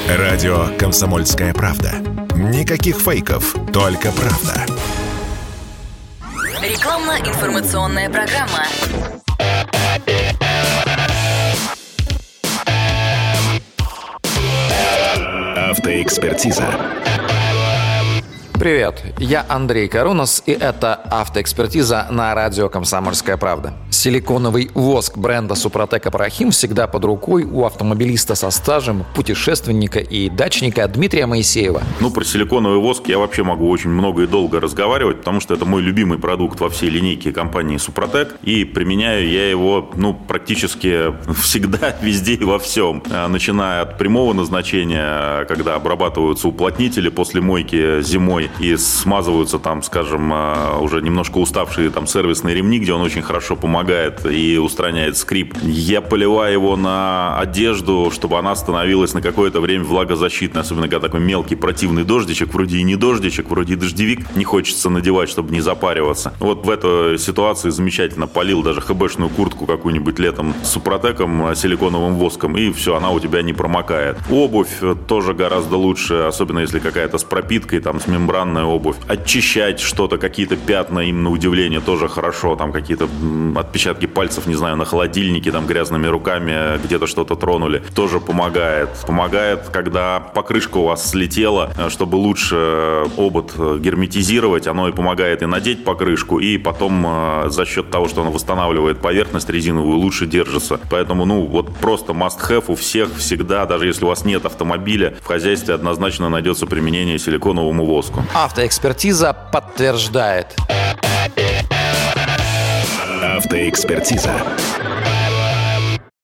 Радио «Комсомольская правда». Никаких фейков, только правда. Рекламно-информационная программа. Автоэкспертиза. Привет, я Андрей Карунос, и это «Автоэкспертиза» на радио «Комсомольская правда». Силиконовый воск бренда «Супротек Апрахим» всегда под рукой у автомобилиста со стажем, путешественника и дачника Дмитрия Моисеева. Про силиконовый воск я вообще могу очень много и долго разговаривать, потому что это мой любимый продукт во всей линейке компании «Супротек», и применяю я его, практически всегда, везде и во всем. Начиная от прямого назначения, когда обрабатываются уплотнители после мойки зимой, и смазываются там, скажем, уже немножко уставшие там сервисные ремни, где он очень хорошо помогает и устраняет скрип. Я поливаю его на одежду, чтобы она становилась на какое-то время влагозащитной, особенно когда такой мелкий противный дождичек, вроде и не дождичек, вроде и дождевик, не хочется надевать, чтобы не запариваться. Вот в этой ситуации замечательно полил даже ХБшную куртку какую-нибудь летом с Супротеком, силиконовым воском, и все, она у тебя не промокает. Обувь тоже гораздо лучше, особенно если какая-то с пропиткой, там, с мембранной обувь. Очищать что-то, какие-то пятна, им на удивление тоже хорошо, там какие-то отпечатки пальцев, не знаю, на холодильнике, там грязными руками где-то что-то тронули, тоже помогает. Помогает, когда покрышка у вас слетела, чтобы лучше обод герметизировать, оно и помогает и надеть покрышку, и потом за счет того, что оно восстанавливает поверхность резиновую, лучше держится. Поэтому, просто must have у всех всегда, даже если у вас нет автомобиля, в хозяйстве однозначно найдется применение силиконовому воску. Автоэкспертиза подтверждает. Автоэкспертиза.